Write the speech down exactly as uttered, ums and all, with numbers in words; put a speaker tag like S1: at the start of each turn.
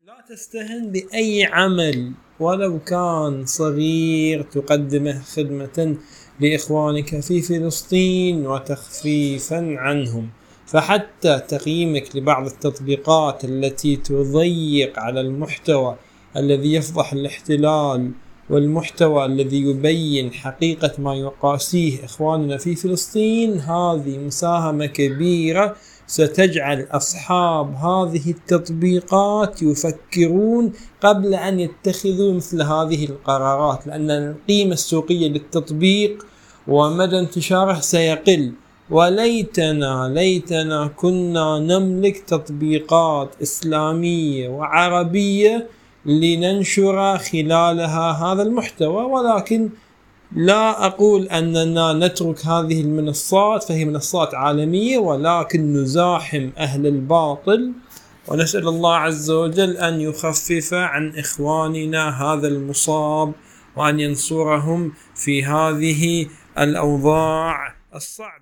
S1: لا تستهن بأي عمل ولو كان صغير تقدمه خدمة لإخوانك في فلسطين وتخفيفا عنهم. فحتى تقييمك لبعض التطبيقات التي تضيق على المحتوى الذي يفضح الاحتلال والمحتوى الذي يبين حقيقة ما يقاسيه إخواننا في فلسطين، هذه مساهمة كبيرة ستجعل أصحاب هذه التطبيقات يفكرون قبل أن يتخذوا مثل هذه القرارات، لأن القيمة السوقية للتطبيق ومدى انتشاره سيقل. وليتنا ليتنا كنا نملك تطبيقات إسلامية وعربية لننشر خلالها هذا المحتوى، ولكن لا أقول أننا نترك هذه المنصات، فهي منصات عالمية، ولكن نزاحم أهل الباطل، ونسأل الله عز وجل أن يخفف عن إخواننا هذا المصاب وأن ينصرهم في هذه الأوضاع الصعبة.